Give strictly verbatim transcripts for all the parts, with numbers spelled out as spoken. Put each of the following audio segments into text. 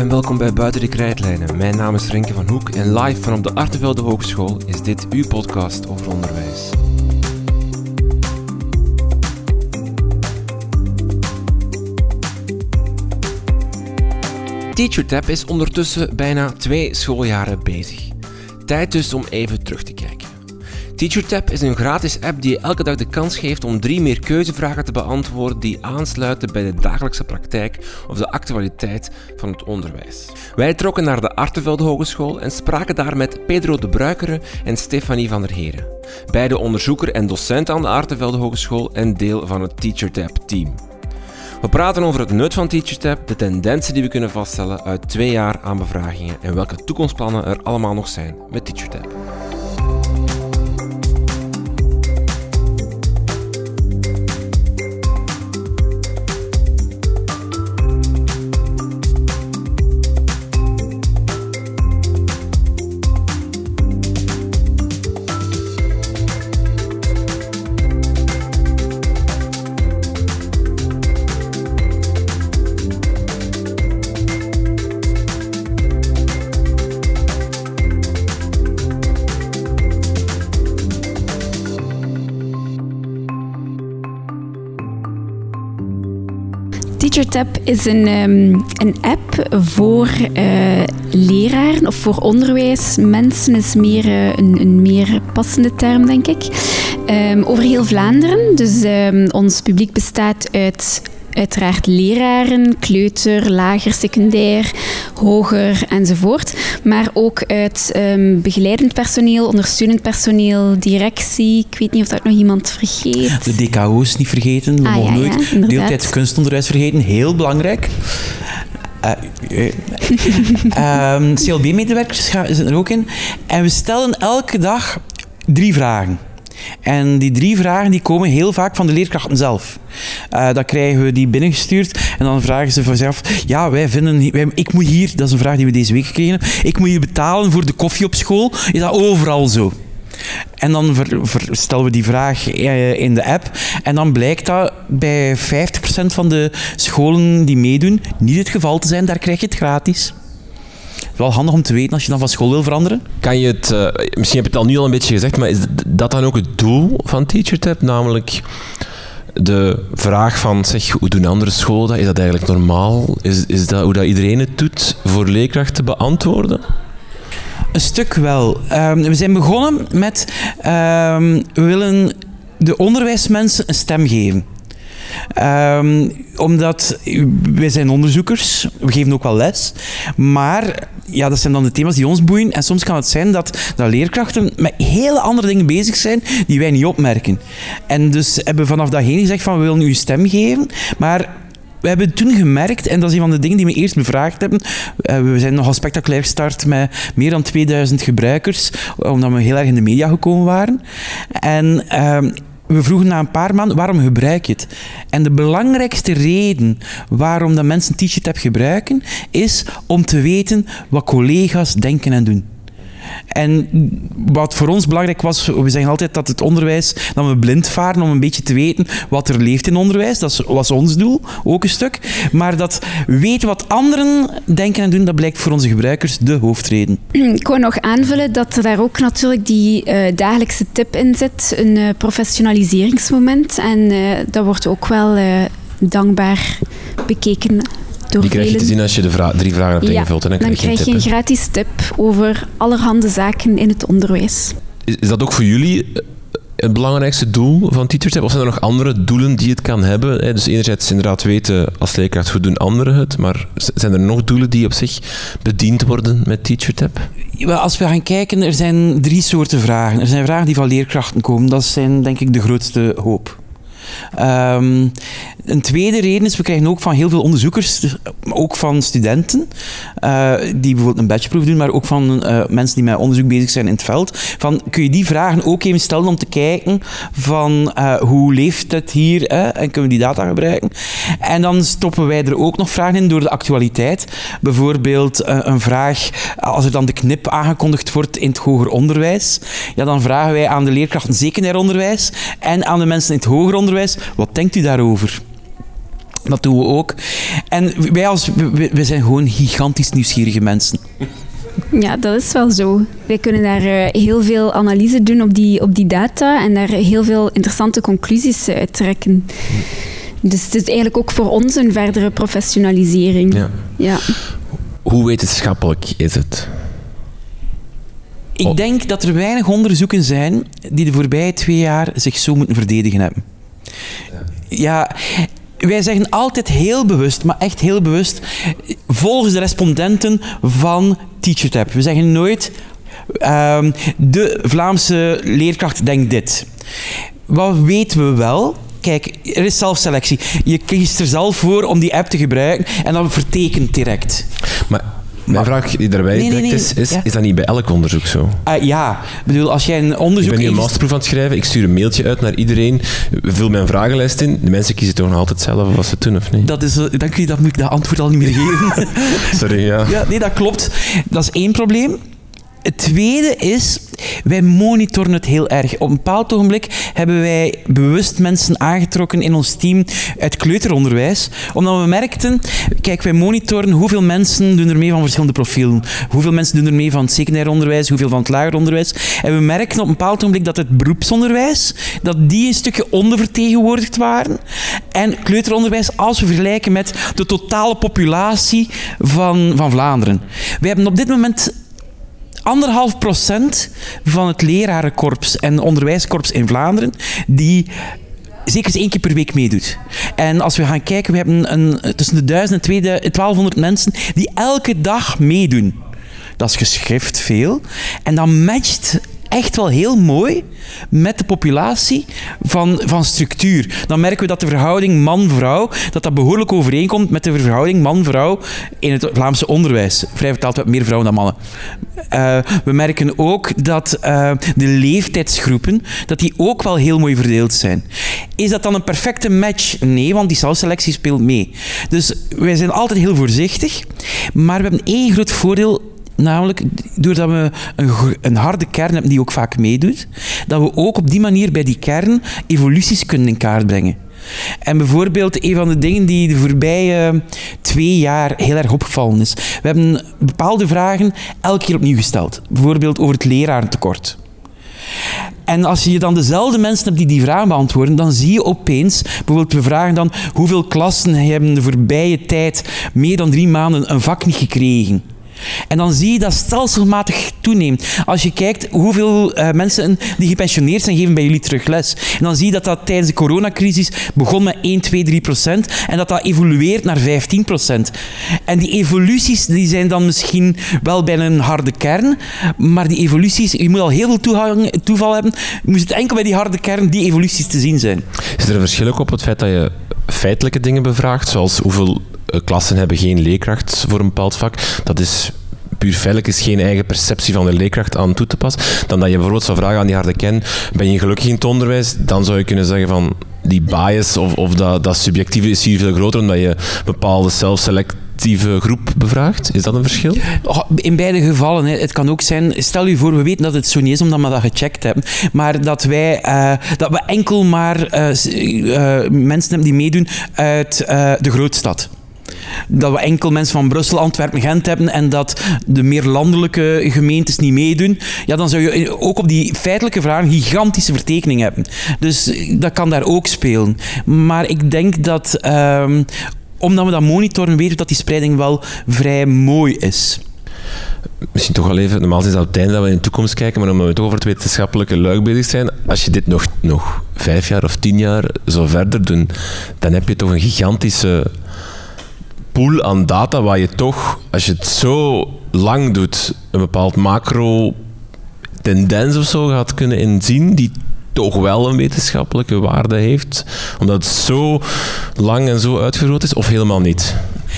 en welkom bij Buiten de Krijtlijnen. Mijn naam is Renke van Hoek en live vanop de Artevelde Hogeschool is dit uw podcast over onderwijs. TeacherTap is ondertussen bijna twee schooljaren bezig. Tijd dus om even terug te kijken. TeacherTap is een gratis app die je elke dag de kans geeft om drie meerkeuzevragen te beantwoorden die aansluiten bij de dagelijkse praktijk of de actualiteit van het onderwijs. Wij trokken naar de Artevelde Hogeschool en spraken daar met Pedro de Bruikere en Stefanie van der Heren. Beide onderzoeker en docent aan de Artevelde Hogeschool en deel van het TeacherTap-team. We praten over het nut van TeacherTap, de tendensen die we kunnen vaststellen uit twee jaar aan bevragingen en welke toekomstplannen er allemaal nog zijn met TeacherTap. TeacherTap is een, um, een app voor uh, leraren of voor onderwijsmensen, is meer, uh, een, een meer passende term, denk ik. Um, over heel Vlaanderen. Dus um, ons publiek bestaat uit uiteraard leraren, kleuter, lager, secundair, hoger enzovoort. Maar ook uit um, begeleidend personeel, ondersteunend personeel, directie. Ik weet niet of dat nog iemand vergeet. De D K O's niet vergeten. We ah, mogen ja, nooit ja, deeltijds kunstonderwijs vergeten. Heel belangrijk. Uh, uh, um, C L B-medewerkers zitten er ook in. En we stellen elke dag drie vragen. En die drie vragen die komen heel vaak van de leerkrachten zelf. Uh, dan krijgen we die binnengestuurd en dan vragen ze vanzelf: ja, wij vinden, wij, ik moet hier, dat is een vraag die we deze week gekregen hebben, ik moet hier betalen voor de koffie op school. Is dat overal zo? En dan ver, ver, stellen we die vraag uh, in de app en dan blijkt dat bij vijftig procent van de scholen die meedoen niet het geval te zijn. Daar krijg je het gratis. Wel handig om te weten als je dan van school wil veranderen. Kan je het, uh, misschien heb je het al nu al een beetje gezegd, maar is dat dan ook het doel van TeacherTap? Namelijk de vraag van, zeg, hoe doen andere scholen dat? Is dat eigenlijk normaal? Is, is dat hoe dat iedereen het doet voor leerkrachten te beantwoorden? Een stuk wel. Um, we zijn begonnen met, um, we willen de onderwijsmensen een stem geven. Um, omdat wij zijn onderzoekers, we geven ook wel les, maar ja, dat zijn dan de thema's die ons boeien. En soms kan het zijn dat, dat leerkrachten met hele andere dingen bezig zijn die wij niet opmerken. En dus hebben we vanaf dat heen gezegd van, we willen u een stem geven, maar we hebben toen gemerkt, en dat is een van de dingen die we eerst bevraagd hebben, we zijn nogal spectaculair gestart met meer dan tweeduizend gebruikers, omdat we heel erg in de media gekomen waren. En um, we vroegen na een paar maanden, waarom gebruik je het? En de belangrijkste reden waarom dat mensen TeacherTap gebruiken, is om te weten wat collega's denken en doen. En wat voor ons belangrijk was, we zeggen altijd dat het onderwijs, dat we blind varen om een beetje te weten wat er leeft in onderwijs. Dat was ons doel, ook een stuk. Maar dat weten wat anderen denken en doen, dat blijkt voor onze gebruikers de hoofdreden. Ik wou nog aanvullen dat er daar ook natuurlijk die uh, dagelijkse tip in zit, een uh, professionaliseringsmoment. En uh, dat wordt ook wel uh, dankbaar bekeken. Die krijg je te zien als je de vra- drie vragen hebt ingevuld. Ja, en dan krijg, dan krijg je een, je een gratis tip over allerhande zaken in het onderwijs. Is, is dat ook voor jullie het belangrijkste doel van TeacherTap? Of zijn er nog andere doelen die het kan hebben? Dus enerzijds inderdaad weten als leerkracht hoe doen anderen het, maar zijn er nog doelen die op zich bediend worden met TeacherTap? Als we gaan kijken, er zijn drie soorten vragen. Er zijn vragen die van leerkrachten komen. Dat zijn denk ik de grootste hoop. Um, een tweede reden is, we krijgen ook van heel veel onderzoekers, ook van studenten, uh, die bijvoorbeeld een bachelorproef doen, maar ook van uh, mensen die met onderzoek bezig zijn in het veld. Van, kun je die vragen ook even stellen om te kijken van uh, hoe leeft het hier uh, en kunnen we die data gebruiken? En dan stoppen wij er ook nog vragen in door de actualiteit. Bijvoorbeeld uh, een vraag, als er dan de knip aangekondigd wordt in het hoger onderwijs, ja, dan vragen wij aan de leerkrachten secundair onderwijs en aan de mensen in het hoger onderwijs, wat denkt u daarover? Dat doen we ook. En wij, als, wij, wij zijn gewoon gigantisch nieuwsgierige mensen. Ja, dat is wel zo. Wij kunnen daar uh, heel veel analyse doen op die, op die data en daar heel veel interessante conclusies uit trekken. Dus het is eigenlijk ook voor ons een verdere professionalisering. Ja. Ja. Hoe wetenschappelijk is het? Ik denk dat er weinig onderzoeken zijn die de voorbije twee jaar zich zo moeten verdedigen hebben. Ja, wij zeggen altijd heel bewust, maar echt heel bewust, volgens de respondenten van TeacherTap. We zeggen nooit, uh, de Vlaamse leerkracht denkt dit. Wat weten we wel? Kijk, er is zelfselectie. Je kiest er zelf voor om die app te gebruiken en dan vertekent direct. Maar mijn vraag die daarbij nee, nee, nee. is, is, Ja. is dat niet bij elk onderzoek zo? Uh, ja, ik bedoel, als jij een onderzoek... Ik ben nu een heeft- masterproef aan het schrijven, ik stuur een mailtje uit naar iedereen, vul mijn vragenlijst in, de mensen kiezen toch nog altijd zelf wat ze doen, of niet? Dat is, uh, dank u, dat moet ik dat antwoord al niet meer geven. Sorry, ja. Ja, nee, dat klopt. Dat is één probleem. Het tweede is, wij monitoren het heel erg. Op een bepaald ogenblik hebben wij bewust mensen aangetrokken in ons team uit kleuteronderwijs, omdat we merkten, kijk, wij monitoren hoeveel mensen doen er mee van verschillende profielen. Hoeveel mensen doen er mee van het secundair onderwijs, hoeveel van het lager onderwijs. En we merkten op een bepaald ogenblik dat het beroepsonderwijs, dat die een stukje ondervertegenwoordigd waren. En kleuteronderwijs, als we vergelijken met de totale populatie van, van Vlaanderen. We hebben op dit moment anderhalf procent van het lerarenkorps en onderwijskorps in Vlaanderen die zeker eens één keer per week meedoet. En als we gaan kijken, we hebben een, tussen de duizend en twaalfhonderd mensen die elke dag meedoen. Dat is geschrift veel. En dat matcht echt wel heel mooi met de populatie van, van structuur. Dan merken we dat de verhouding man-vrouw, dat dat behoorlijk overeenkomt met de verhouding man-vrouw in het Vlaamse onderwijs. Vrij vertaald, we hebben meer vrouwen dan mannen. Uh, we merken ook dat uh, de leeftijdsgroepen, dat die ook wel heel mooi verdeeld zijn. Is dat dan een perfecte match? Nee, want die zelfselectie speelt mee. Dus wij zijn altijd heel voorzichtig, maar we hebben één groot voordeel. Namelijk, doordat we een, een harde kern hebben die ook vaak meedoet, dat we ook op die manier bij die kern evoluties kunnen in kaart brengen. En bijvoorbeeld, een van de dingen die de voorbije twee jaar heel erg opgevallen is. We hebben bepaalde vragen elke keer opnieuw gesteld. Bijvoorbeeld over het lerarentekort. En als je dan dezelfde mensen hebt die die vraag beantwoorden, dan zie je opeens, bijvoorbeeld we vragen dan hoeveel klassen hebben de voorbije tijd meer dan drie maanden een vak niet gekregen. En dan zie je dat stelselmatig toeneemt. Als je kijkt hoeveel uh, mensen die gepensioneerd zijn, geven bij jullie terug les. En dan zie je dat dat tijdens de coronacrisis begon met één, twee, drie procent en dat dat evolueert naar vijftien procent. En die evoluties die zijn dan misschien wel bij een harde kern, maar die evoluties, je moet al heel veel toegang, toeval hebben, je moet het enkel bij die harde kern die evoluties te zien zijn. Is er een verschil ook op het feit dat je feitelijke dingen bevraagt, zoals hoeveel klassen hebben geen leerkracht voor een bepaald vak? Dat is puur feitelijk, is geen eigen perceptie van de leerkracht aan toe te passen. Dan dat je bijvoorbeeld zou vragen aan die harde kern, ben je gelukkig in het onderwijs? Dan zou je kunnen zeggen van die bias of, of dat, dat subjectieve is hier veel groter omdat je een bepaalde zelfselectieve groep bevraagt. Is dat een verschil? In beide gevallen. Hè. Het kan ook zijn, stel je voor, we weten dat het zo niet is omdat we dat gecheckt hebben, maar dat wij uh, dat we enkel maar uh, uh, mensen hebben die meedoen uit uh, de grootstad. Dat we enkel mensen van Brussel, Antwerpen, Gent hebben en dat de meer landelijke gemeentes niet meedoen, ja, dan zou je ook op die feitelijke vragen een gigantische vertekening hebben. Dus dat kan daar ook spelen. Maar ik denk dat, um, omdat we dat monitoren, weten we dat die spreiding wel vrij mooi is. Misschien toch wel even, normaal is dat op het einde dat we in de toekomst kijken, maar omdat we toch over het wetenschappelijke luik bezig zijn, als je dit nog, nog vijf jaar of tien jaar zo verder doen, dan heb je toch een gigantische pool aan data waar je toch, als je het zo lang doet, een bepaald macro-tendens of zo gaat kunnen inzien, die toch wel een wetenschappelijke waarde heeft, omdat het zo lang en zo uitgegroot is, of helemaal niet?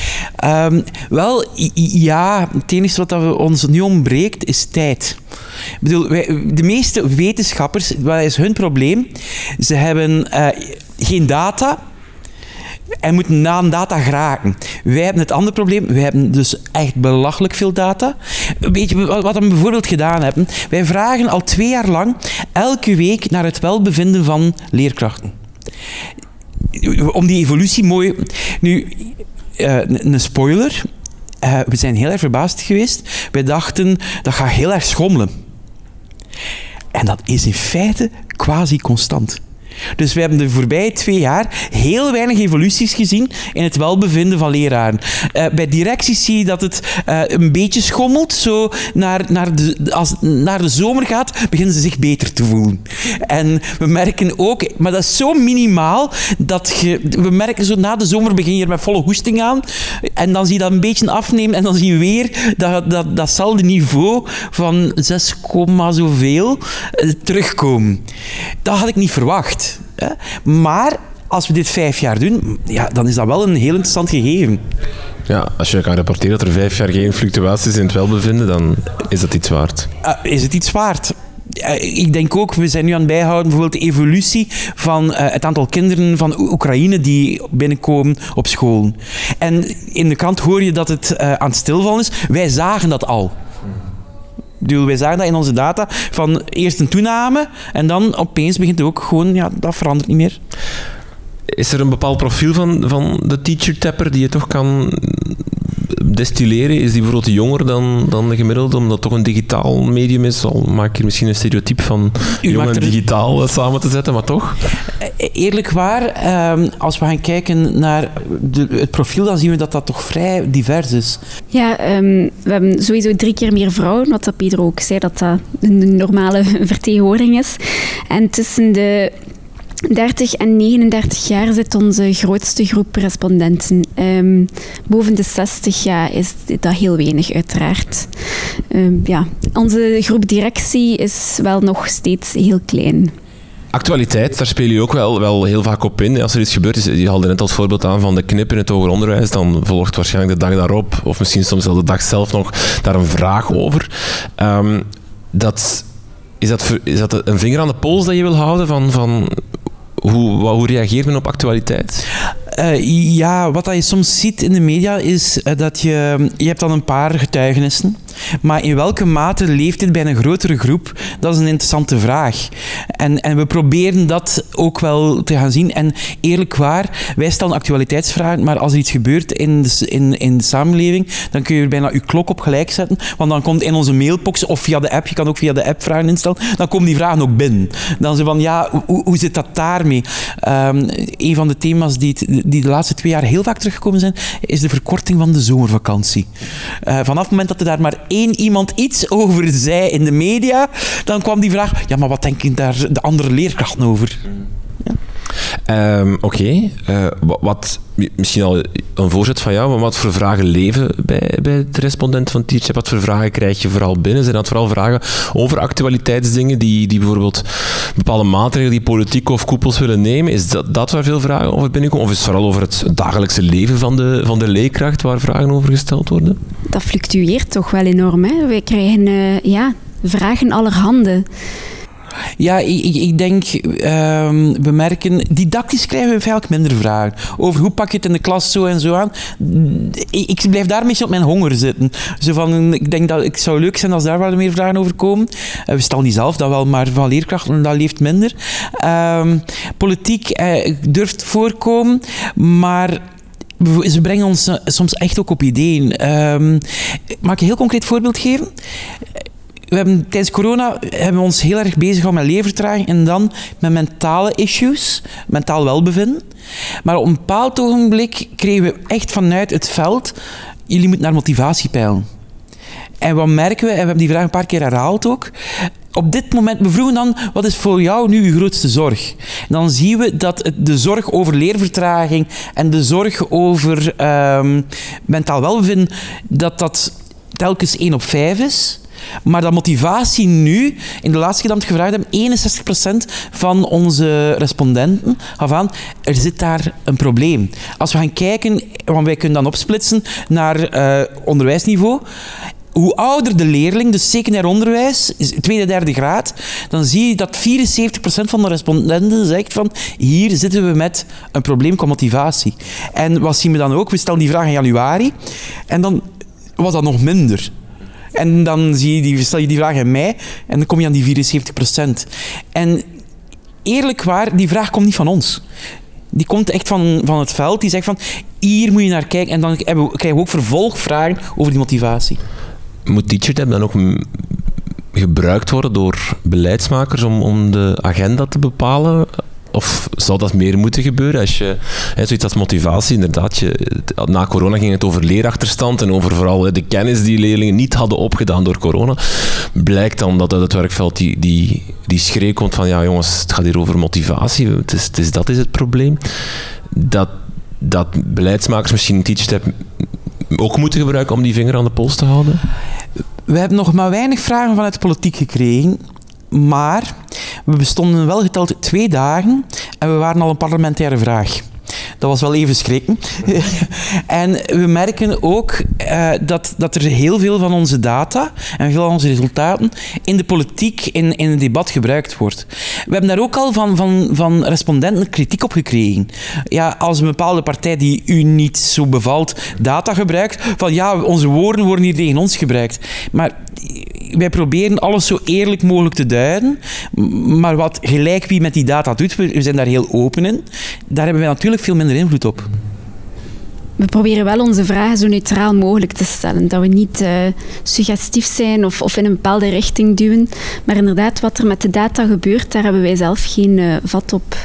Um, wel, ja, het enige wat we ons nu ontbreekt is tijd. Ik bedoel, wij, de meeste wetenschappers, wat is hun probleem? Ze hebben uh, geen data en moeten na een data geraken. Wij hebben het andere probleem, wij hebben dus echt belachelijk veel data. Weet je wat we bijvoorbeeld gedaan hebben? Wij vragen al twee jaar lang elke week naar het welbevinden van leerkrachten. om die evolutie mooi... Nu, uh, een spoiler. Uh, we zijn heel erg verbaasd geweest. Wij dachten, dat gaat heel erg schommelen. En dat is in feite quasi constant. Dus we hebben de voorbije twee jaar heel weinig evoluties gezien in het welbevinden van leraren. Uh, bij directies zie je dat het uh, een beetje schommelt. Zo naar, naar, de, als het naar de zomer gaat, beginnen ze zich beter te voelen. En we merken ook, maar dat is zo minimaal, dat je, we merken zo na de zomer begin je er met volle hoesting aan. En dan zie je dat een beetje afnemen en dan zie je weer dat, dat, datzelfde niveau van zes, zoveel uh, terugkomen. Dat had ik niet verwacht. Maar als we dit vijf jaar doen, ja, dan is dat wel een heel interessant gegeven. Ja, als je kan rapporteren dat er vijf jaar geen fluctuaties in het welbevinden, dan is dat iets waard. Uh, is het iets waard? Uh, ik denk ook, we zijn nu aan het bijhouden bijvoorbeeld de evolutie van uh, het aantal kinderen van o- Oekraïne die binnenkomen op school. En in de krant hoor je dat het uh, aan het stilvallen is. Wij zagen dat al. Wij zagen dat in onze data, van eerst een toename en dan opeens begint het ook gewoon, ja, dat verandert niet meer. Is er een bepaald profiel van, van de teacher tapper die je toch kan destilleren? Is die bijvoorbeeld jonger dan, dan de gemiddelde, omdat het toch een digitaal medium is? Al maak ik hier misschien een stereotype van U jong en er... digitaal samen te zetten, maar toch? Eerlijk waar, um, als we gaan kijken naar de, het profiel, dan zien we dat dat toch vrij divers is. Ja, um, we hebben sowieso drie keer meer vrouwen, wat dat Pedro ook zei, dat dat een normale vertegenwoordiging is. En tussen de dertig en negenendertig jaar zit onze grootste groep respondenten. Um, boven de zestig jaar is dat heel weinig, uiteraard. Um, ja. Onze groep directie is wel nog steeds heel klein. Actualiteit, daar spelen jullie ook wel, wel heel vaak op in. Als er iets gebeurt, is, je haalde net als voorbeeld aan van de knip in het hoger onderwijs, dan volgt waarschijnlijk de dag daarop, of misschien soms wel de dag zelf nog, daar een vraag over. Um, dat, is, dat, is dat een vinger aan de pols dat je wil houden van... van Hoe, hoe reageert men op actualiteit? Uh, ja, wat je soms ziet in de media is uh, dat je... Je hebt dan een paar getuigenissen. Maar in welke mate leeft dit bij een grotere groep? Dat is een interessante vraag. En, en we proberen dat ook wel te gaan zien. En eerlijk waar, wij stellen actualiteitsvragen, maar als er iets gebeurt in de, in, in de samenleving, dan kun je bijna je klok op gelijk zetten. Want dan komt in onze mailbox of via de app, je kan ook via de app vragen instellen, dan komen die vragen ook binnen. Dan ze van, ja, hoe, hoe zit dat daarmee? Um, een van de thema's die, het, die de laatste twee jaar heel vaak teruggekomen zijn, is de verkorting van de zomervakantie. Uh, vanaf het moment dat er daar maar één iemand iets over zei in de media, dan kwam die vraag, ja, maar wat denken daar de andere leerkrachten over? Ja. Um, Oké, okay. uh, wat, wat, misschien al een voorzet van jou, maar wat voor vragen leven bij, bij de respondent van Teacher? Wat voor vragen krijg je vooral binnen? Zijn dat vooral vragen over actualiteitsdingen, die, die bijvoorbeeld bepaalde maatregelen die politiek of koepels willen nemen? Is dat, dat waar veel vragen over binnenkomen? Of is het vooral over het dagelijkse leven van de, van de leerkracht waar vragen over gesteld worden? Dat fluctueert toch wel enorm, hè? Wij krijgen uh, ja, vragen allerhande. Ja, ik, ik denk, um, we merken, didactisch krijgen we eigenlijk minder vragen. Over hoe pak je het in de klas zo en zo aan. Ik, ik blijf daar een beetje op mijn honger zitten. Zo van, ik denk dat het zou leuk zijn als daar wel meer vragen over komen. Uh, we stellen die zelf dat wel, maar van leerkrachten, dat leeft minder. Um, politiek uh, durft voorkomen, maar... Ze brengen ons uh, soms echt ook op ideeën. Um, mag ik een heel concreet voorbeeld geven? We hebben, tijdens corona hebben we ons heel erg bezig gehouden met leervertraging en dan met mentale issues, mentaal welbevinden. Maar op een bepaald ogenblik kregen we echt vanuit het veld, jullie moeten naar motivatie peilen. En wat merken we, en we hebben die vraag een paar keer herhaald ook, op dit moment, we vroegen dan, wat is voor jou nu uw grootste zorg? En dan zien we dat het, de zorg over leervertraging en de zorg over um, mentaal welbevinden, dat dat telkens één op vijf is. Maar dat motivatie nu, in de laatste keer dat we het gevraagd hebben, eenenzestig procent van onze respondenten gaf aan, er zit daar een probleem. Als we gaan kijken, want wij kunnen dan opsplitsen naar uh, onderwijsniveau. Hoe ouder de leerling, dus secundair onderwijs, tweede, derde graad, dan zie je dat vierenzeventig procent van de respondenten zegt van hier zitten we met een probleem qua motivatie. En wat zien we dan ook? We stellen die vraag in januari en dan was dat nog minder. En dan zie je die, stel je die vraag in mei en dan kom je aan die vierenzeventig procent. En eerlijk waar, die vraag komt niet van ons. Die komt echt van, van het veld. Die zegt van, hier moet je naar kijken. En dan hebben we, krijgen we ook vervolgvragen over die motivatie. Moet TeacherTap dan ook m- gebruikt worden door beleidsmakers om, om de agenda te bepalen? Of zou dat meer moeten gebeuren? Als je, hè, zoiets als motivatie, inderdaad. Je, na corona ging het over leerachterstand en over vooral hè, de kennis die leerlingen niet hadden opgedaan door corona. Blijkt dan dat uit het werkveld die, die, die schreeuw komt van ja jongens, het gaat hier over motivatie. Het is, het is, dat is het probleem. Dat, dat beleidsmakers misschien TeacherTap ook moeten gebruiken om die vinger aan de pols te houden? We hebben nog maar weinig vragen vanuit de politiek gekregen. Maar we bestonden wel geteld twee dagen en we waren al een parlementaire vraag. Dat was wel even schrikken. En we merken ook uh, dat, dat er heel veel van onze data en veel van onze resultaten in de politiek, in, in het debat gebruikt wordt. We hebben daar ook al van, van, van respondenten kritiek op gekregen. Ja, als een bepaalde partij die u niet zo bevalt data gebruikt, van ja, onze woorden worden hier tegen ons gebruikt. Maar wij proberen alles zo eerlijk mogelijk te duiden, maar wat gelijk wie met die data doet, we zijn daar heel open in, daar hebben wij natuurlijk veel minder invloed op. We proberen wel onze vragen zo neutraal mogelijk te stellen. Dat we niet uh, suggestief zijn of, of in een bepaalde richting duwen. Maar inderdaad, wat er met de data gebeurt, daar hebben wij zelf geen uh, vat op.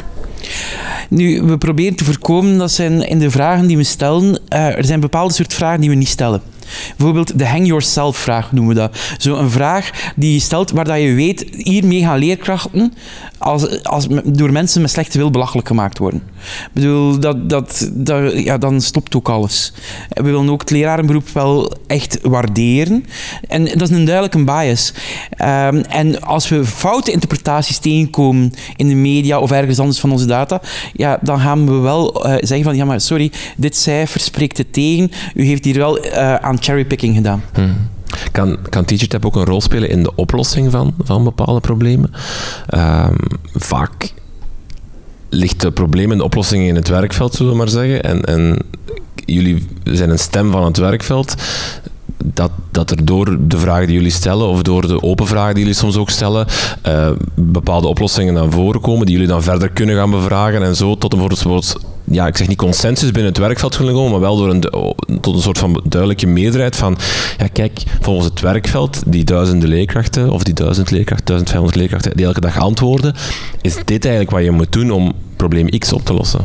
Nu, we proberen te voorkomen dat zijn in de vragen die we stellen, uh, er zijn bepaalde soort vragen die we niet stellen. Bijvoorbeeld de hang yourself vraag noemen we dat. Zo'n vraag die je stelt waar dat je weet, hiermee gaan leerkrachten als, als, door mensen met slechte wil belachelijk gemaakt worden. Ik bedoel, dat, dat, dat, ja, dan stopt ook alles. We willen ook het lerarenberoep wel echt waarderen. En dat is een duidelijke bias. Um, en als we foute interpretaties tegenkomen in de media of ergens anders van onze data, ja, dan gaan we wel uh, zeggen van, ja maar sorry, dit cijfer spreekt het tegen. U heeft hier wel uh, aan cherrypicking gedaan. Hmm. Kan, kan TeacherTap ook een rol spelen in de oplossing van, van bepaalde problemen? Um, vaak ligt het probleem en de oplossing in het werkveld, zullen we maar zeggen. En, en jullie zijn een stem van het werkveld. Dat, dat er door de vragen die jullie stellen, of door de open vragen die jullie soms ook stellen, uh, bepaalde oplossingen naar voren komen, die jullie dan verder kunnen gaan bevragen en zo, tot een bijvoorbeeld, ja, ik zeg niet consensus binnen het werkveld kunnen komen, maar wel door een, tot een soort van duidelijke meerderheid van, ja kijk, volgens het werkveld, die duizenden leerkrachten, of die duizend leerkrachten, duizend vijfhonderd leerkrachten, die elke dag antwoorden, is dit eigenlijk wat je moet doen om probleem X op te lossen?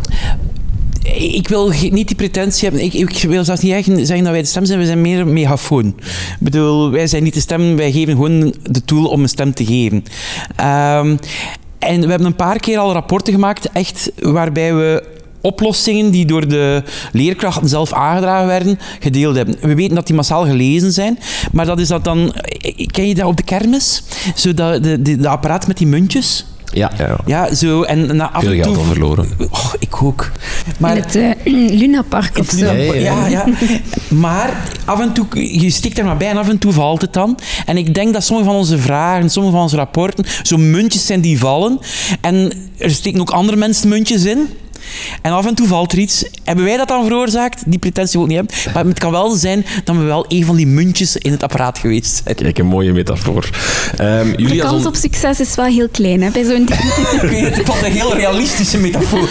Ik wil niet die pretentie hebben. Ik, ik wil zelfs niet zeggen dat wij de stem zijn. We zijn meer een megafoon. Ik bedoel, wij zijn niet de stem. Wij geven gewoon de tool om een stem te geven. Um, en we hebben een paar keer al rapporten gemaakt, echt, waarbij we oplossingen die door de leerkrachten zelf aangedragen werden, gedeeld hebben. We weten dat die massaal gelezen zijn, maar dat is dat dan... Ken je dat op de kermis? Zo dat, de, de, de apparaat met die muntjes? Ja, ja, ja. ja zo, en na af Veel en toe... geld al verloren. Oh, ik ook. Maar, in het uh, Lunapark of zo. Ja ja, ja, ja. Maar af en toe, je stikt er maar bij en af en toe valt het dan. En ik denk dat sommige van onze vragen, sommige van onze rapporten, zo muntjes zijn die vallen. En er steken ook andere mensen muntjes in. En af en toe valt er iets. Hebben wij dat dan veroorzaakt? Die pretentie wil ik niet hebben. Maar het kan wel zijn dat we wel een van die muntjes in het apparaat geweest zijn. Kijk, een mooie metafoor. Um, jullie de kans on... op succes is wel heel klein, hè, bij zo'n ding. Ik weet het, ik vond een heel realistische metafoor.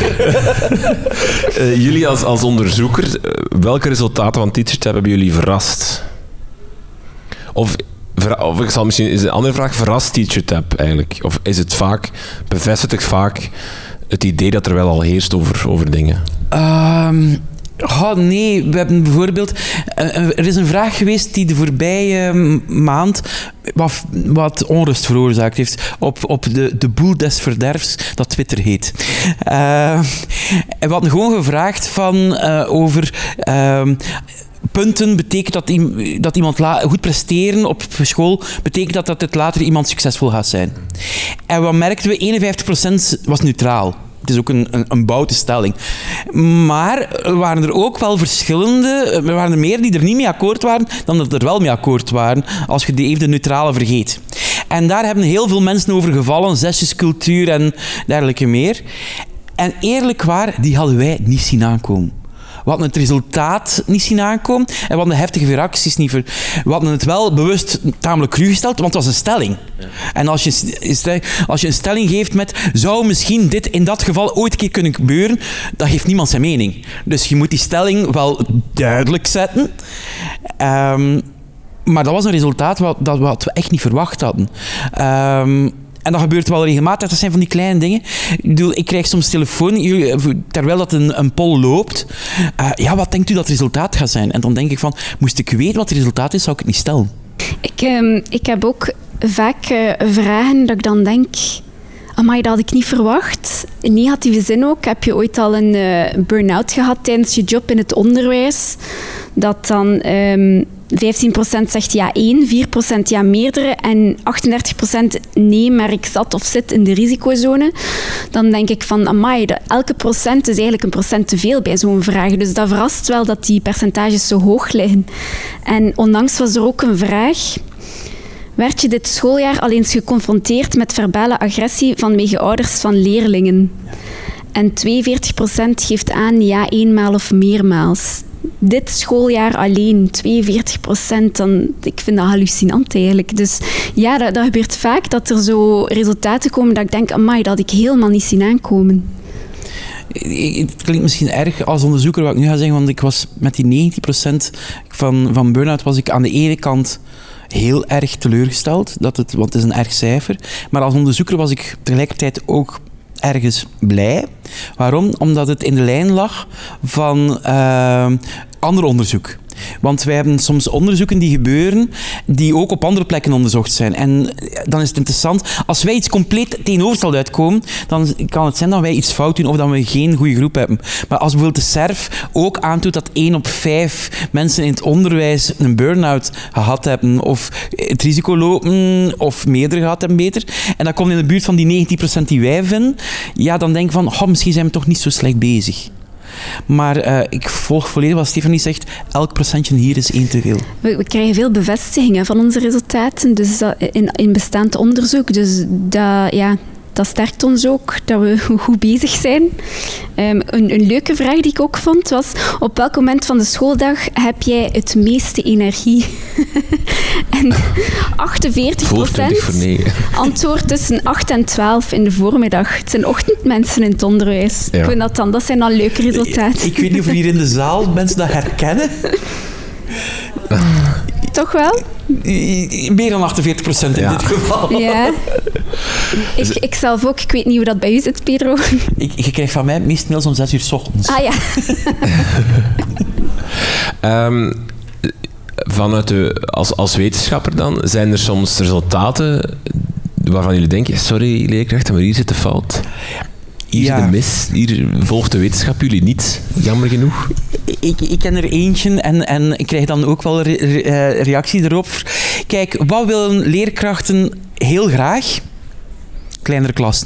uh, jullie als, als onderzoeker, uh, welke resultaten van TeacherTap hebben jullie verrast? Of... Of ik zal misschien, is een andere vraag, verrast TeacherTap eigenlijk? Of is het vaak, bevestigt het vaak het idee dat er wel al heerst over, over dingen? Um, oh nee, we hebben bijvoorbeeld... Uh, er is een vraag geweest die de voorbije uh, maand wat, wat onrust veroorzaakt heeft op, op de, de boel des verderfs dat Twitter heet. Uh, en we hadden gewoon gevraagd van, uh, over... Uh, punten betekent dat, dat iemand la- goed presteren op school, betekent dat dat het later iemand succesvol gaat zijn. En wat merkten we? eenenvijftig procent was neutraal. Het is ook een, een, een boute stelling. Maar er waren er ook wel verschillende... Er waren er meer die er niet mee akkoord waren dan dat er wel mee akkoord waren, als je de, even de neutrale vergeet. En daar hebben heel veel mensen over gevallen, zesjescultuur en dergelijke meer. En eerlijk waar, die hadden wij niet zien aankomen. We hadden het resultaat niet zien aankomen en we hadden de heftige reacties niet ver... We hadden het wel bewust tamelijk cru gesteld, want het was een stelling. Ja. En als je, als je een stelling geeft met zou misschien dit in dat geval ooit een keer kunnen gebeuren, dan geeft niemand zijn mening. Dus je moet die stelling wel duidelijk zetten. Um, maar dat was een resultaat wat, dat wat we echt niet verwacht hadden. Um, En dat gebeurt wel regelmatig. Dat zijn van die kleine dingen. Ik bedoel, ik krijg soms telefoon, terwijl dat een, een poll loopt. Uh, ja, wat denkt u dat het resultaat gaat zijn? En dan denk ik van, moest ik weten wat het resultaat is, zou ik het niet stellen. Ik, um, ik heb ook vaak uh, vragen dat ik dan denk... Amai, dat had ik niet verwacht. In negatieve zin ook. Heb je ooit al een uh, burn-out gehad tijdens je job in het onderwijs? Dat dan... Um, vijftien procent zegt ja één, vier procent ja meerdere en achtendertig procent nee, maar ik zat of zit in de risicozone. Dan denk ik van, amai, elke procent is eigenlijk een procent te veel bij zo'n vraag. Dus dat verrast wel dat die percentages zo hoog liggen. En onlangs was er ook een vraag... Werd je dit schooljaar al eens geconfronteerd met verbale agressie vanwege ouders van leerlingen? En tweeënveertig procent geeft aan ja eenmaal of meermaals. Dit schooljaar alleen, tweeënveertig procent, dan, ik vind dat hallucinant eigenlijk. Dus ja, dat, dat gebeurt vaak, dat er zo resultaten komen dat ik denk, amai, dat had ik helemaal niet zien aankomen. Het klinkt misschien erg als onderzoeker wat ik nu ga zeggen, want ik was met die negentig procent van, van burn-out was ik aan de ene kant heel erg teleurgesteld, dat het, want het is een erg cijfer. Maar als onderzoeker was ik tegelijkertijd ook ergens blij. Waarom? Omdat het in de lijn lag van uh, ander onderzoek. Want wij hebben soms onderzoeken die gebeuren die ook op andere plekken onderzocht zijn. En dan is het interessant, als wij iets compleet tegenovergesteld uitkomen, dan kan het zijn dat wij iets fout doen of dat we geen goede groep hebben. Maar als bijvoorbeeld de C E R F ook aantoont dat één op vijf mensen in het onderwijs een burn-out gehad hebben, of het risico lopen, of meerdere gehad hebben beter, en dat komt in de buurt van die negentien procent die wij vinden, ja, dan denk ik van, oh, misschien zijn we toch niet zo slecht bezig. Maar uh, ik volg volledig wat Stefanie zegt. Elk procentje hier is één te veel. We, we krijgen veel bevestigingen van onze resultaten dus dat, in, in bestaand onderzoek. Dus dat, ja, dat sterkt ons ook dat we goed bezig zijn. Um, een, een leuke vraag die ik ook vond was... Op welk moment van de schooldag heb jij het meeste energie? En achtenveertig procent antwoord tussen acht en twaalf in de voormiddag. Het zijn ochtendmensen in het onderwijs. Ja. Ik vind dat dan, dat zijn al leuke resultaten. Ik, ik weet niet of hier in de zaal mensen dat herkennen. Toch wel? Meer dan achtenveertig procent in ja. dit geval. Ja. Ik, ik zelf ook. Ik weet niet hoe dat bij u zit, Pedro. Ik, je krijgt van mij het meest mails om zes uur 's ochtends. Ah ja. um, vanuit de, als, als wetenschapper dan, zijn er soms resultaten waarvan jullie denken, sorry leerkrachten, maar hier zit de fout. Hier ja. zit de mis, hier volgt de wetenschap jullie niet, jammer genoeg. Ik, ik ken er eentje en, en ik krijg dan ook wel re, re, reactie erop. Kijk, wat willen leerkrachten heel graag? Kleinere klassen.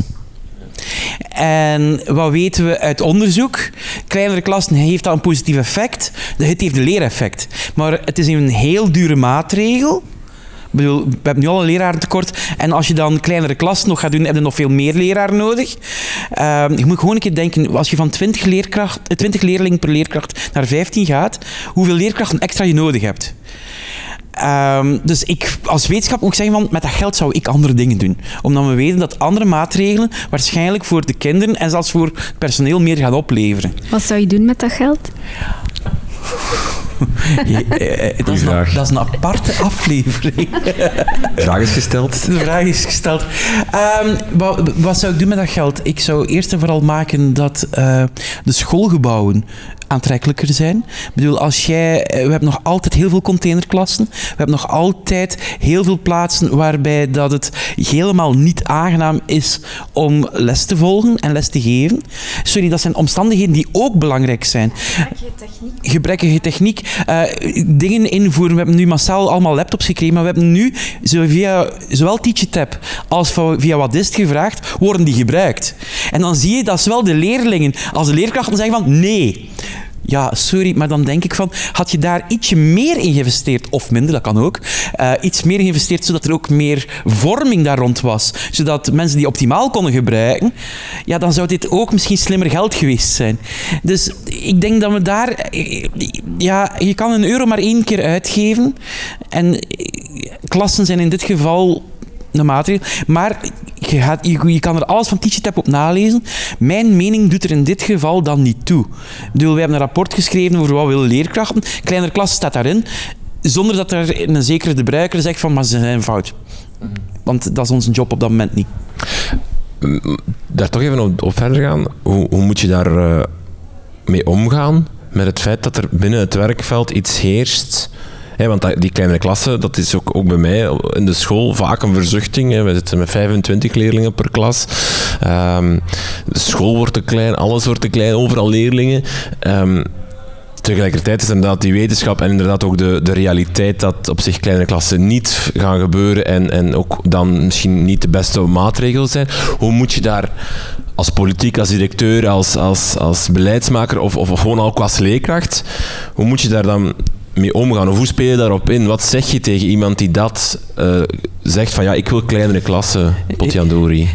En wat weten we uit onderzoek? Kleinere klassen heeft dat een positief effect. Het heeft een leereffect. Maar het is een heel dure maatregel. Ik bedoel, we hebben nu al een lerarentekort. En als je dan kleinere klassen nog gaat doen, heb je nog veel meer leraren nodig. Uh, je moet gewoon een keer denken, als je van twintig, leerkracht, twintig leerlingen per leerkracht naar vijftien gaat, hoeveel leerkrachten extra je nodig hebt. Um, dus ik als wetenschap moet ik zeggen, van, met dat geld zou ik andere dingen doen. Omdat we weten dat andere maatregelen waarschijnlijk voor de kinderen en zelfs voor het personeel meer gaan opleveren. Wat zou je doen met dat geld? Ja, eh, dat, is een, dat is een aparte aflevering. De vraag is gesteld. De vraag is gesteld. Um, wat, wat zou ik doen met dat geld? Ik zou eerst en vooral maken dat uh, de schoolgebouwen aantrekkelijker zijn. Ik bedoel, als jij... We hebben nog altijd heel veel containerklassen. We hebben nog altijd heel veel plaatsen waarbij dat het helemaal niet aangenaam is om les te volgen en les te geven. Sorry, dat zijn omstandigheden die ook belangrijk zijn. Gebrekkige techniek. Gebrekkige techniek. Uh, dingen invoeren. We hebben nu massaal allemaal laptops gekregen, maar we hebben nu zo via zowel TeachItTab als via Wadist gevraagd, worden die gebruikt. En dan zie je dat zowel de leerlingen als de leerkrachten zeggen van nee. Ja, sorry, maar dan denk ik van, had je daar ietsje meer in geïnvesteerd, of minder, dat kan ook, uh, iets meer geïnvesteerd, zodat er ook meer vorming daar rond was, zodat mensen die optimaal konden gebruiken, ja, dan zou dit ook misschien slimmer geld geweest zijn. Dus ik denk dat we daar, ja, je kan een euro maar één keer uitgeven, en klassen zijn in dit geval een maatregel, maar je, gaat, je, je kan er alles van TeacherTap op nalezen. Mijn mening doet er in dit geval dan niet toe. Ik bedoel, we hebben een rapport geschreven over wat willen leerkrachten. Kleinere klassen staat daarin, zonder dat er een zekere de bruiker zegt van, maar ze zijn fout. Want dat is onze job op dat moment niet. Daar toch even op, op verder gaan. Hoe, hoe moet je daar uh, mee omgaan met het feit dat er binnen het werkveld iets heerst? He, want die kleinere klassen, dat is ook, ook bij mij in de school vaak een verzuchting. He. We zitten met vijfentwintig leerlingen per klas. Um, de school wordt te klein, alles wordt te klein, overal leerlingen. Um, tegelijkertijd is inderdaad die wetenschap en inderdaad ook de, de realiteit dat op zich kleine klassen niet gaan gebeuren en, en ook dan misschien niet de beste maatregelen zijn. Hoe moet je daar als politiek, als directeur, als, als, als beleidsmaker of, of, of gewoon ook als leerkracht, hoe moet je daar dan mee omgaan? Of hoe speel je daarop in? Wat zeg je tegen iemand die dat uh, zegt van ja, ik wil kleinere klassen, potjandori?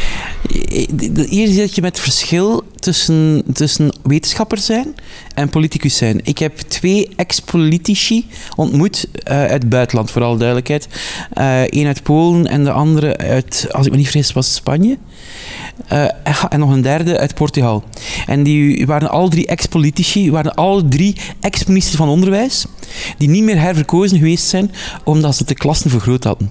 Hier zit je met het verschil tussen, tussen wetenschapper zijn en politicus zijn. Ik heb twee ex-politici ontmoet uh, uit het buitenland, vooral duidelijkheid. Eén uh, uit Polen en de andere uit, als ik me niet vergis, was Spanje. Uh, en nog een derde uit Portugal. En die waren alle drie ex-politici, waren alle drie ex-minister van Onderwijs, die niet meer herverkozen geweest zijn omdat ze de klassen vergroot hadden.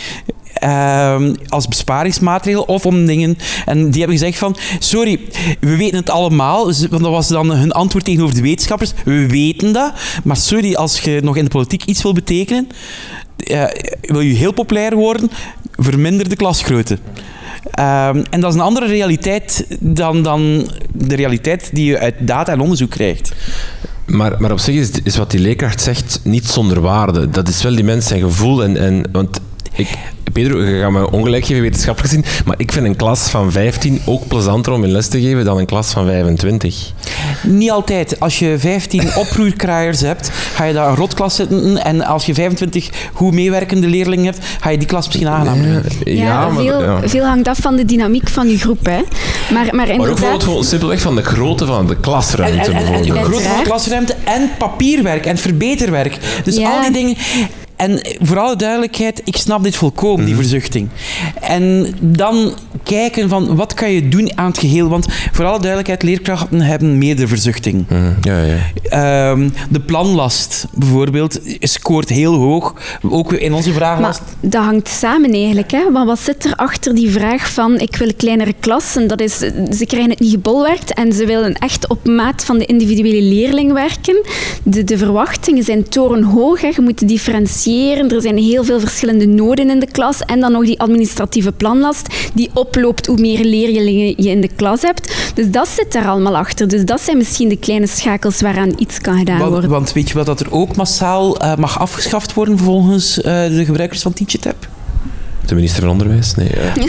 Uh, als besparingsmaatregel of om dingen. En die hebben gezegd van, sorry, we weten het allemaal. Want dat was dan hun antwoord tegenover de wetenschappers. We weten dat, maar sorry, als je nog in de politiek iets wil betekenen, uh, wil je heel populair worden, verminder de klasgrootte. Uh, en dat is een andere realiteit dan, dan de realiteit die je uit data en onderzoek krijgt. Maar, maar op zich is, is wat die leerkracht zegt niet zonder waarde. Dat is wel die mens zijn gevoel. En, en, want ik, Pedro, je gaat me ongelijk geven wetenschappelijk gezien, maar ik vind een klas van vijftien ook plezanter om in les te geven dan een klas van vijfentwintig. Niet altijd. Als je vijftien oproerkraaiers hebt, ga je daar een rotklas zetten. En als je vijfentwintig goed meewerkende leerlingen hebt, ga je die klas misschien aangenaam brengen. Ja, ja, ja, maar, veel, ja, veel hangt af van de dynamiek van je groep. Hè. Maar, maar, inderdaad... maar ook bijvoorbeeld gewoon simpelweg van de grootte van de klasruimte. En, en, en, en de grootte van de klasruimte en papierwerk en verbeterwerk. Dus ja. al die dingen... En voor alle duidelijkheid, ik snap dit volkomen, mm. die verzuchting. En dan kijken van, wat kan je doen aan het geheel? Want voor alle duidelijkheid, leerkrachten hebben meerdere verzuchting. Mm. Ja, ja. Um, de planlast, bijvoorbeeld, scoort heel hoog. Ook in onze vragenlijst. Maar dat hangt samen eigenlijk. Hè? Want wat zit er achter die vraag van, ik wil kleinere klassen? Dat is, ze krijgen het niet gebolwerkt en ze willen echt op maat van de individuele leerling werken. De, de verwachtingen zijn torenhoog. Hè? Je moet differentiëren. Er zijn heel veel verschillende noden in de klas. En dan nog die administratieve planlast die oploopt hoe meer leerlingen je in de klas hebt. Dus dat zit er allemaal achter. Dus dat zijn misschien de kleine schakels waaraan iets kan gedaan want, worden. Want weet je wat dat er ook massaal uh, mag afgeschaft worden volgens uh, de gebruikers van TeacherTap? De minister van Onderwijs? Nee. Uh.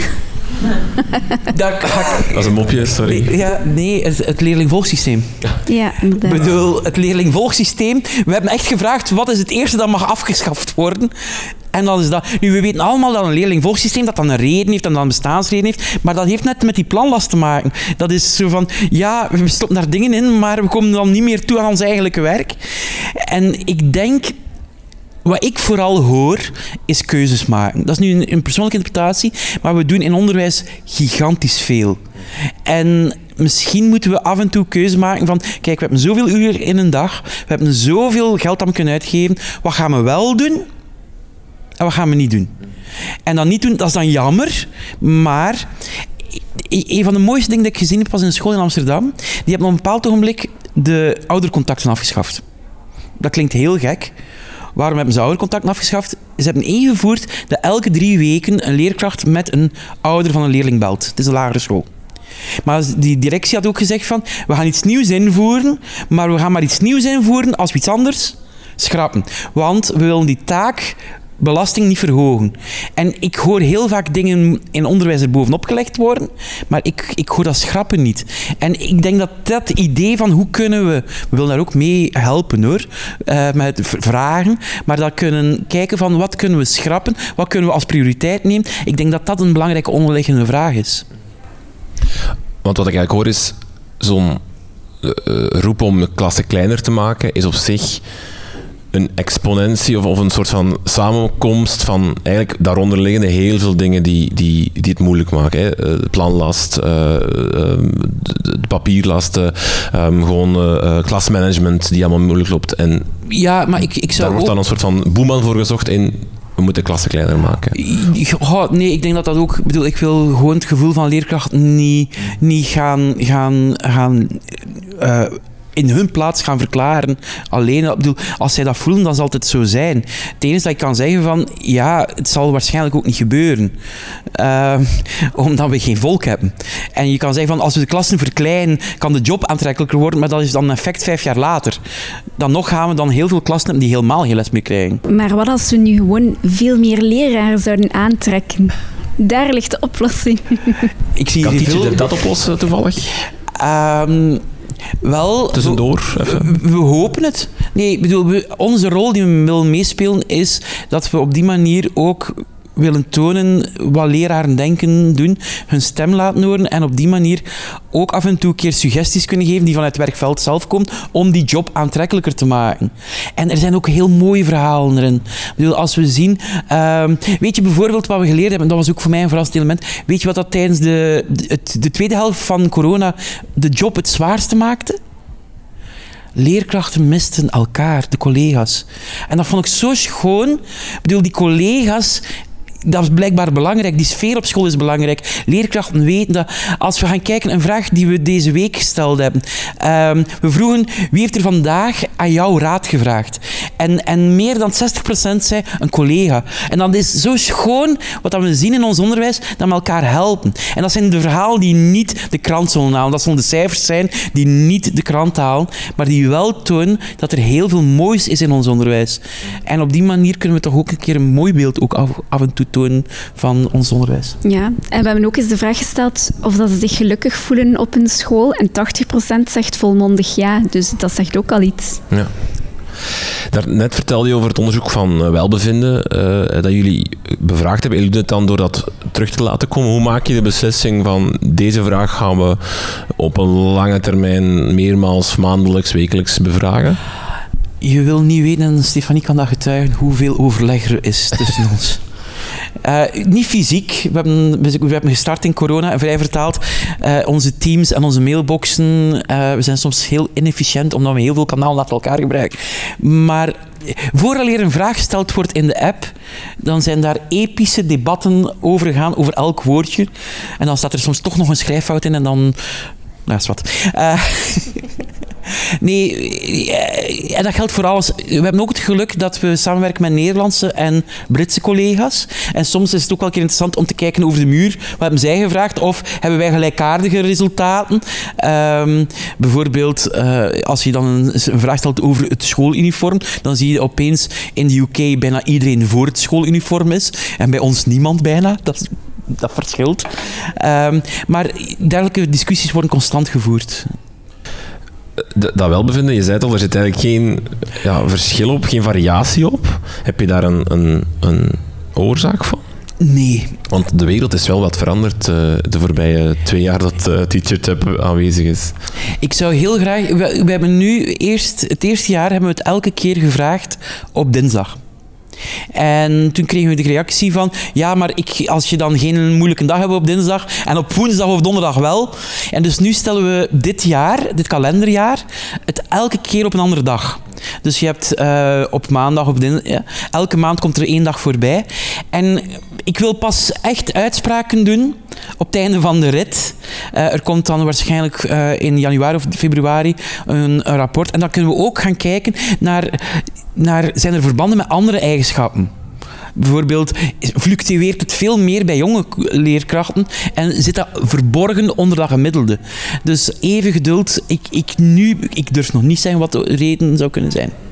Dat, dat is een mopje, sorry. Nee, ja, nee het, het leerlingvolgsysteem. Ja, inderdaad. Ik bedoel, het leerlingvolgsysteem. We hebben echt gevraagd, wat is het eerste dat mag afgeschaft worden? En dan is dat... Nu, we weten allemaal dat een leerlingvolgsysteem dat dan een reden heeft en dat een bestaansreden heeft, maar dat heeft net met die planlast te maken. Dat is zo van, ja, we stoppen daar dingen in, maar we komen dan niet meer toe aan ons eigenlijke werk. En ik denk... Wat ik vooral hoor, is keuzes maken. Dat is nu een, een persoonlijke interpretatie, maar we doen in onderwijs gigantisch veel. En misschien moeten we af en toe keuzes maken van, kijk, we hebben zoveel uur in een dag, we hebben zoveel geld dat we kunnen uitgeven, wat gaan we wel doen en wat gaan we niet doen? En dan niet doen, dat is dan jammer, maar... Een van de mooiste dingen dat ik gezien heb was in een school in Amsterdam. Die hebben op een bepaald ogenblik de oudercontacten afgeschaft. Dat klinkt heel gek. Waarom hebben ze oudercontacten afgeschaft? Ze hebben ingevoerd dat elke drie weken een leerkracht met een ouder van een leerling belt. Het is een lagere school. Maar die directie had ook gezegd van, we gaan iets nieuws invoeren, maar we gaan maar iets nieuws invoeren als we iets anders schrappen. Want we willen die taak belasting niet verhogen. En ik hoor heel vaak dingen in onderwijs er bovenop gelegd worden, maar ik, ik hoor dat schrappen niet. En ik denk dat dat idee van hoe kunnen we, we willen daar ook mee helpen hoor, uh, met vragen, maar dat kunnen kijken van wat kunnen we schrappen, wat kunnen we als prioriteit nemen. Ik denk dat dat een belangrijke onderliggende vraag is. Want wat ik eigenlijk hoor is, zo'n uh, roep om de klasse kleiner te maken, is op zich een exponentie of, of een soort van samenkomst van eigenlijk daaronder liggende heel veel dingen die, die, die het moeilijk maken. Hè. De planlast, uh, de papierlast, uh, um, gewoon uh, klasmanagement die allemaal moeilijk loopt. En ja, maar ik, ik zou daar wordt ook... dan een soort van boeman voor gezocht in we moeten de klasse kleiner maken. Oh, nee, ik denk dat dat ook... Ik bedoel, ik wil gewoon het gevoel van leerkracht niet, niet gaan... gaan, gaan uh, in hun plaats gaan verklaren. Alleen, ik bedoel, als zij dat voelen, dan zal het zo zijn. Het enige dat ik kan zeggen van, ja, het zal waarschijnlijk ook niet gebeuren. Uh, omdat we geen volk hebben. En je kan zeggen van, als we de klassen verkleinen, kan de job aantrekkelijker worden, maar dat is dan een effect vijf jaar later. Dan nog gaan we dan heel veel klassen hebben die helemaal geen les meer krijgen. Maar wat als we nu gewoon veel meer leraren zouden aantrekken? Daar ligt de oplossing. Ik zie kan veel... Teacher dat oplossen toevallig? Um, Wel, tussendoor, we, even. We, we hopen het. Nee, ik bedoel, we, onze rol die we willen meespelen is dat we op die manier ook willen tonen wat leraren denken, doen, hun stem laten horen en op die manier ook af en toe een keer suggesties kunnen geven die vanuit het werkveld zelf komen om die job aantrekkelijker te maken. En er zijn ook heel mooie verhalen erin. Ik bedoel, als we zien... Uh, weet je bijvoorbeeld wat we geleerd hebben, dat was ook voor mij een verrassend element, weet je wat dat tijdens de, de, de tweede helft van corona de job het zwaarste maakte? Leerkrachten misten elkaar, de collega's. En dat vond ik zo schoon. Ik bedoel, die collega's... Dat is blijkbaar belangrijk. Die sfeer op school is belangrijk. Leerkrachten weten dat. Als we gaan kijken, een vraag die we deze week gesteld hebben. Um, we vroegen, wie heeft er vandaag aan jou raad gevraagd? En, en meer dan zestig procent zei een collega. En dat is zo schoon wat we zien in ons onderwijs, dat we elkaar helpen. En dat zijn de verhalen die niet de krant zullen halen. Dat zullen de cijfers zijn die niet de krant halen, maar die wel tonen dat er heel veel moois is in ons onderwijs. En op die manier kunnen we toch ook een keer een mooi beeld ook af, af en toe tonen van ons onderwijs. Ja, en we hebben ook eens de vraag gesteld of dat ze zich gelukkig voelen op een school. En tachtig procent zegt volmondig ja, dus dat zegt ook al iets. Ja. Daarnet vertelde je over het onderzoek van welbevinden uh, dat jullie bevraagd hebben. Jullie doen het dan door dat terug te laten komen. Hoe maak je de beslissing van deze vraag gaan we op een lange termijn meermaals, maandelijks, wekelijks bevragen? Je wil niet weten, en Stefanie kan dat getuigen, hoeveel overleg er is tussen ons. Uh, niet fysiek. We hebben, we hebben gestart in corona en vrij vertaald. Uh, onze teams en onze mailboxen, uh, we zijn soms heel inefficiënt omdat we heel veel kanalen achter elkaar gebruiken. Maar vooraleer een vraag gesteld wordt in de app, dan zijn daar epische debatten over gegaan, over elk woordje. En dan staat er soms toch nog een schrijffout in en dan... Nou, is wat. Uh, nee, en dat geldt voor alles. We hebben ook het geluk dat we samenwerken met Nederlandse en Britse collega's. En soms is het ook wel een keer interessant om te kijken over de muur. Wat hebben zij gevraagd? Of hebben wij gelijkaardige resultaten? Um, bijvoorbeeld, uh, als je dan een, een vraag stelt over het schooluniform, dan zie je opeens in de U K bijna iedereen voor het schooluniform is. En bij ons niemand bijna. Dat is... Dat verschilt. Um, maar dergelijke discussies worden constant gevoerd. D- dat welbevinden, je zei het al, er zit eigenlijk geen ja, verschil op, geen variatie op. Heb je daar een, een, een oorzaak van? Nee. Want de wereld is wel wat veranderd uh, de voorbije twee jaar dat uh, TeacherTap aanwezig is. Ik zou heel graag... We, we hebben nu eerst... Het eerste jaar hebben we het elke keer gevraagd op dinsdag. En toen kregen we de reactie van, ja, maar ik, als je dan geen moeilijke dag hebt op dinsdag en op woensdag of donderdag wel. En dus nu stellen we dit jaar, dit kalenderjaar, het elke keer op een andere dag. Dus je hebt uh, op maandag, op dinsdag, ja, elke maand komt er één dag voorbij. En ik wil pas echt uitspraken doen op het einde van de rit. Uh, er komt dan waarschijnlijk uh, in januari of februari een, een rapport. En dan kunnen we ook gaan kijken naar, naar, zijn er verbanden met andere eigenschappen? Bijvoorbeeld, fluctueert het veel meer bij jonge leerkrachten en zit dat verborgen onder dat gemiddelde. Dus even geduld. Ik, ik, nu, ik durf nog niet zeggen wat de reden zou kunnen zijn.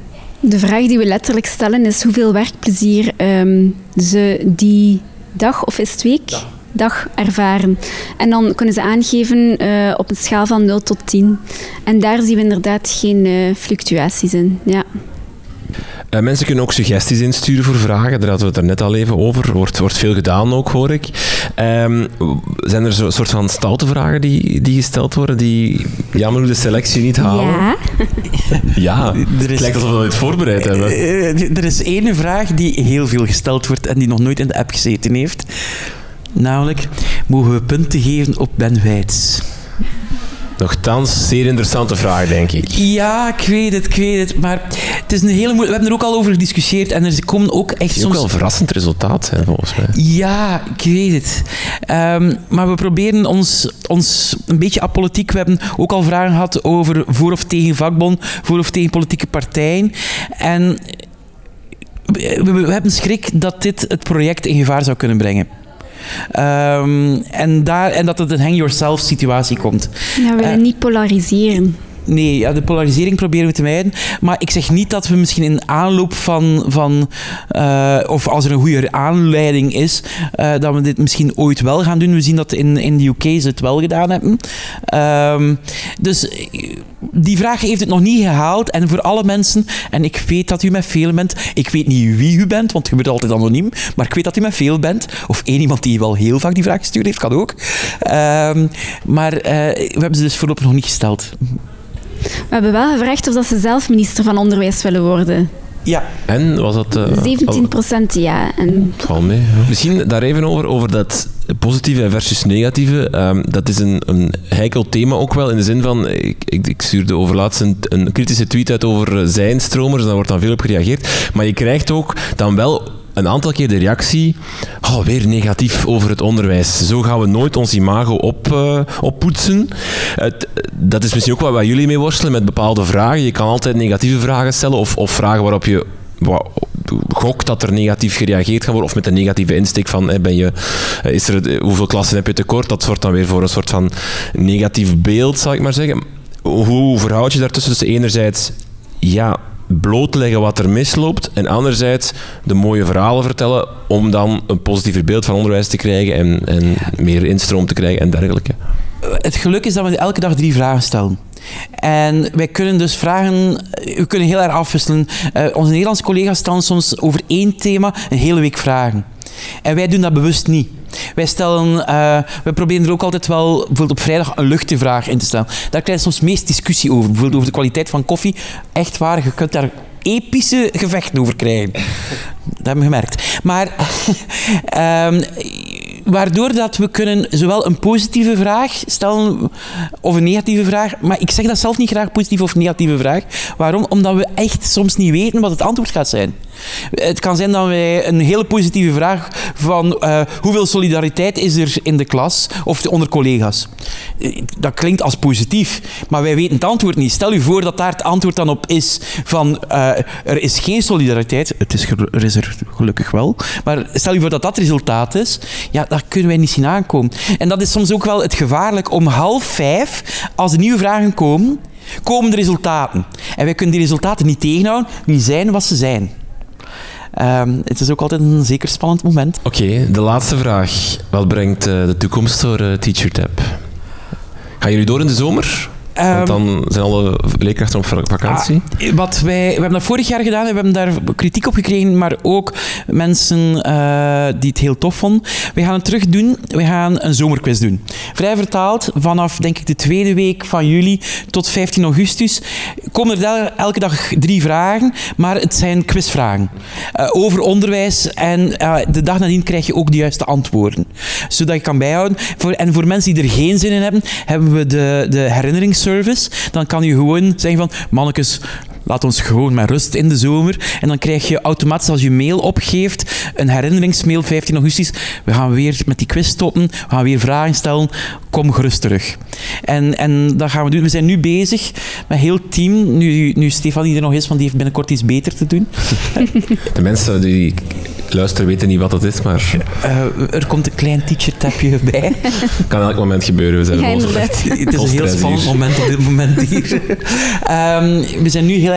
De vraag die we letterlijk stellen is hoeveel werkplezier um, ze die dag, of is het week, ja. dag ervaren. En dan kunnen ze aangeven uh, op een schaal van nul tot tien. En daar zien we inderdaad geen uh, fluctuaties in. Ja. Uh, mensen kunnen ook suggesties insturen voor vragen. Daar hadden we het er net al even over. Wordt, wordt veel gedaan ook, hoor ik. Um, zijn er zo'n soort van stoute vragen die, die gesteld worden, die jammer genoeg de selectie niet halen? Ja. Ja, er is, het lijkt alsof we het voorbereid hebben. Uh, er is één vraag die heel veel gesteld wordt en die nog nooit in de app gezeten heeft. Namelijk, mogen we punten geven op Ben Weits? Nochtans, zeer interessante vraag, denk ik. Ja, ik weet het, ik weet het. Maar het is een hele moeilijke... We hebben er ook al over gediscussieerd en er komen ook echt soms... ook wel een verrassend resultaat zijn, volgens mij. Ja, ik weet het. Um, maar we proberen ons, ons een beetje apolitiek... We hebben ook al vragen gehad over voor of tegen vakbond, voor of tegen politieke partijen. En we, we, we hebben schrik dat dit het project in gevaar zou kunnen brengen. Um, en, daar, en dat het een hang-yourself situatie komt. Ja, we willen uh, niet polariseren. Nee, ja, de polarisering proberen we te mijden. Maar ik zeg niet dat we misschien in aanloop van... van uh, of als er een goede aanleiding is, uh, dat we dit misschien ooit wel gaan doen. We zien dat in, in de U K ze het wel gedaan hebben. Um, dus die vraag heeft het nog niet gehaald. En voor alle mensen, en ik weet dat u met veel bent. Ik weet niet wie u bent, want het gebeurt altijd anoniem. Maar ik weet dat u met veel bent. Of één iemand die wel heel vaak die vraag gestuurd heeft, kan ook. Um, maar uh, we hebben ze dus voorlopig nog niet gesteld. We hebben wel gevraagd of dat ze zelf minister van Onderwijs willen worden. Ja. En was dat... Uh, zeventien procent ja. En... Het valt mee. Ja. Misschien daar even over, over dat positieve versus negatieve. Um, dat is een, een heikel thema ook wel, in de zin van... Ik, ik, ik stuurde overlaatst een, een kritische tweet uit over zijnstromers, daar wordt dan veel op gereageerd. Maar je krijgt ook dan wel... een aantal keer de reactie, oh, weer negatief over het onderwijs. Zo gaan we nooit ons imago op, uh, oppoetsen. Het, dat is misschien ook wat, wat jullie mee worstelen met bepaalde vragen. Je kan altijd negatieve vragen stellen of, of vragen waarop je wat, gokt dat er negatief gereageerd gaat worden of met een negatieve insteek van hey, ben je, is er, hoeveel klassen heb je tekort? Dat zorgt dan weer voor een soort van negatief beeld, zal ik maar zeggen. Hoe verhoud je daartussen? Dus enerzijds, ja... blootleggen wat er misloopt en anderzijds de mooie verhalen vertellen om dan een positiever beeld van onderwijs te krijgen en, en meer instroom te krijgen en dergelijke. Het geluk is dat we elke dag drie vragen stellen. En wij kunnen dus vragen, we kunnen heel erg afwisselen. Uh, onze Nederlandse collega's stellen soms over één thema een hele week vragen. En wij doen dat bewust niet. Wij stellen, uh, wij proberen er ook altijd wel, bijvoorbeeld op vrijdag, een luchtige vraag in te stellen. Daar krijg je soms meest discussie over. Bijvoorbeeld over de kwaliteit van koffie. Echt waar, je kunt daar epische gevechten over krijgen. Dat hebben we gemerkt. Maar... um, waardoor dat we kunnen zowel een positieve vraag stellen of een negatieve vraag, maar ik zeg dat zelf niet graag, positieve of negatieve vraag. Waarom? Omdat we echt soms niet weten wat het antwoord gaat zijn. Het kan zijn dat wij een hele positieve vraag van uh, hoeveel solidariteit is er in de klas of onder collega's. Dat klinkt als positief, maar wij weten het antwoord niet. Stel u voor dat daar het antwoord dan op is van uh, er is geen solidariteit. Het is, er is er gelukkig wel. Maar stel u voor dat dat het resultaat is. Ja, daar kunnen wij niet zien aankomen. En dat is soms ook wel het gevaarlijk. Om half vijf, als er nieuwe vragen komen, komen de resultaten. En wij kunnen die resultaten niet tegenhouden. Die zijn wat ze zijn. Um, het is ook altijd een zeker spannend moment. Oké, okay, de laatste vraag. Wat brengt uh, de toekomst voor uh, TeacherTap? Gaan jullie door in de zomer? Want dan zijn alle leerkrachten op vakantie. Ah, wat wij, we hebben dat vorig jaar gedaan. We hebben daar kritiek op gekregen, maar ook mensen uh, die het heel tof vonden. We gaan het terug doen. We gaan een zomerquiz doen. Vrij vertaald, vanaf denk ik de tweede week van juli tot vijftien augustus komen er elke dag drie vragen, maar het zijn quizvragen. Uh, over onderwijs en uh, de dag nadien krijg je ook de juiste antwoorden. Zodat je kan bijhouden. Voor, en voor mensen die er geen zin in hebben, hebben we de, de herinnerings service, dan kan je gewoon zeggen van mannekes, laat ons gewoon met rust in de zomer. En dan krijg je automatisch als je mail opgeeft een herinneringsmail vijftien augustus. We gaan weer met die quiz stoppen. We gaan weer vragen stellen. Kom gerust terug. En, en dat gaan we doen. We zijn nu bezig met heel het team. Nu, nu Stefanie er nog is, want die heeft binnenkort iets beter te doen. De mensen die luisteren weten niet wat dat is, maar... Uh, er komt een klein teacher-tapje bij. Kan elk moment gebeuren. We zijn ja, het is een heel spannend moment op dit moment hier. um, we zijn nu heel erg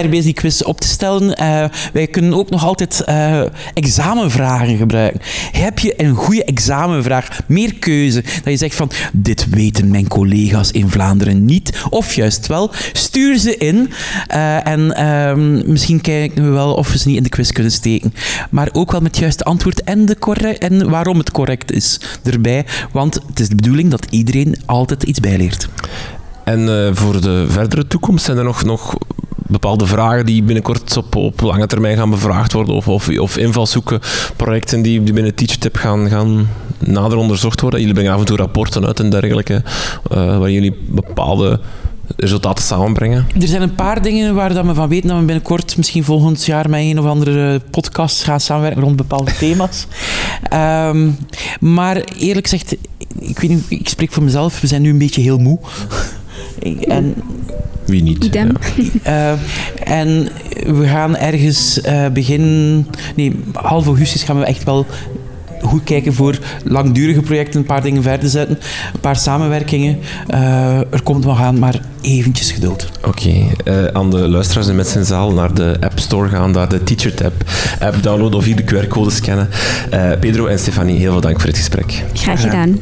jaar bezig die quiz op te stellen. Uh, wij kunnen ook nog altijd uh, examenvragen gebruiken. Heb je een goede examenvraag, meer keuze, dat je zegt van, dit weten mijn collega's in Vlaanderen niet, of juist wel, stuur ze in. Uh, en uh, misschien kijken we wel of we ze niet in de quiz kunnen steken. Maar ook wel met het juiste antwoord en, de correct, en waarom het correct is erbij. Want het is de bedoeling dat iedereen altijd iets bijleert. En uh, voor de verdere toekomst zijn er nog, nog bepaalde vragen die binnenkort op, op lange termijn gaan bevraagd worden, of, of, of invalshoeken, projecten die, die binnen TeacherTap gaan, gaan nader onderzocht worden. Jullie brengen af en toe rapporten uit en dergelijke, uh, waar jullie bepaalde resultaten samenbrengen. Er zijn een paar dingen waar dat we van weten dat we binnenkort, misschien volgend jaar, met een of andere podcast gaan samenwerken rond bepaalde thema's. Um, maar eerlijk gezegd, ik weet niet, ik spreek voor mezelf, we zijn nu een beetje heel moe. En wie niet? Ja. Uh, en we gaan ergens uh, begin... Nee, half augustus gaan we echt wel goed kijken voor langdurige projecten, een paar dingen verder zetten, een paar samenwerkingen. Uh, er komt wel gaan, maar eventjes geduld. Oké, okay. uh, aan de luisteraars en mensen in zaal naar de App Store gaan, daar de TeacherTap app downloaden of hier de Q R-code scannen. Uh, Pedro en Stefanie, heel veel dank voor het gesprek. Graag gedaan.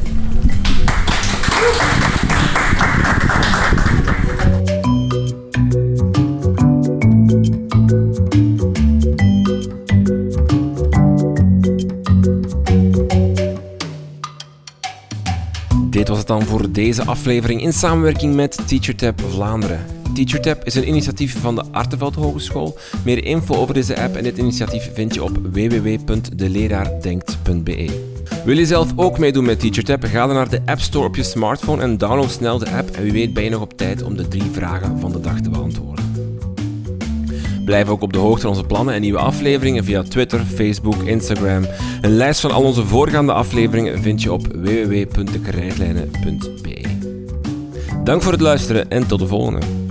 Dit was het dan voor deze aflevering in samenwerking met TeacherTap Vlaanderen. TeacherTap is een initiatief van de Artevelde Hogeschool. Meer info over deze app en dit initiatief vind je op w w w punt de leraar denkt punt b e. Wil je zelf ook meedoen met TeacherTap? Ga dan naar de App Store op je smartphone en download snel de app. En wie weet ben je nog op tijd om de drie vragen van de dag te beantwoorden. Blijf ook op de hoogte van onze plannen en nieuwe afleveringen via Twitter, Facebook, Instagram. Een lijst van al onze voorgaande afleveringen vind je op w w w punt de krijtlijnen punt b e. Dank voor het luisteren en tot de volgende.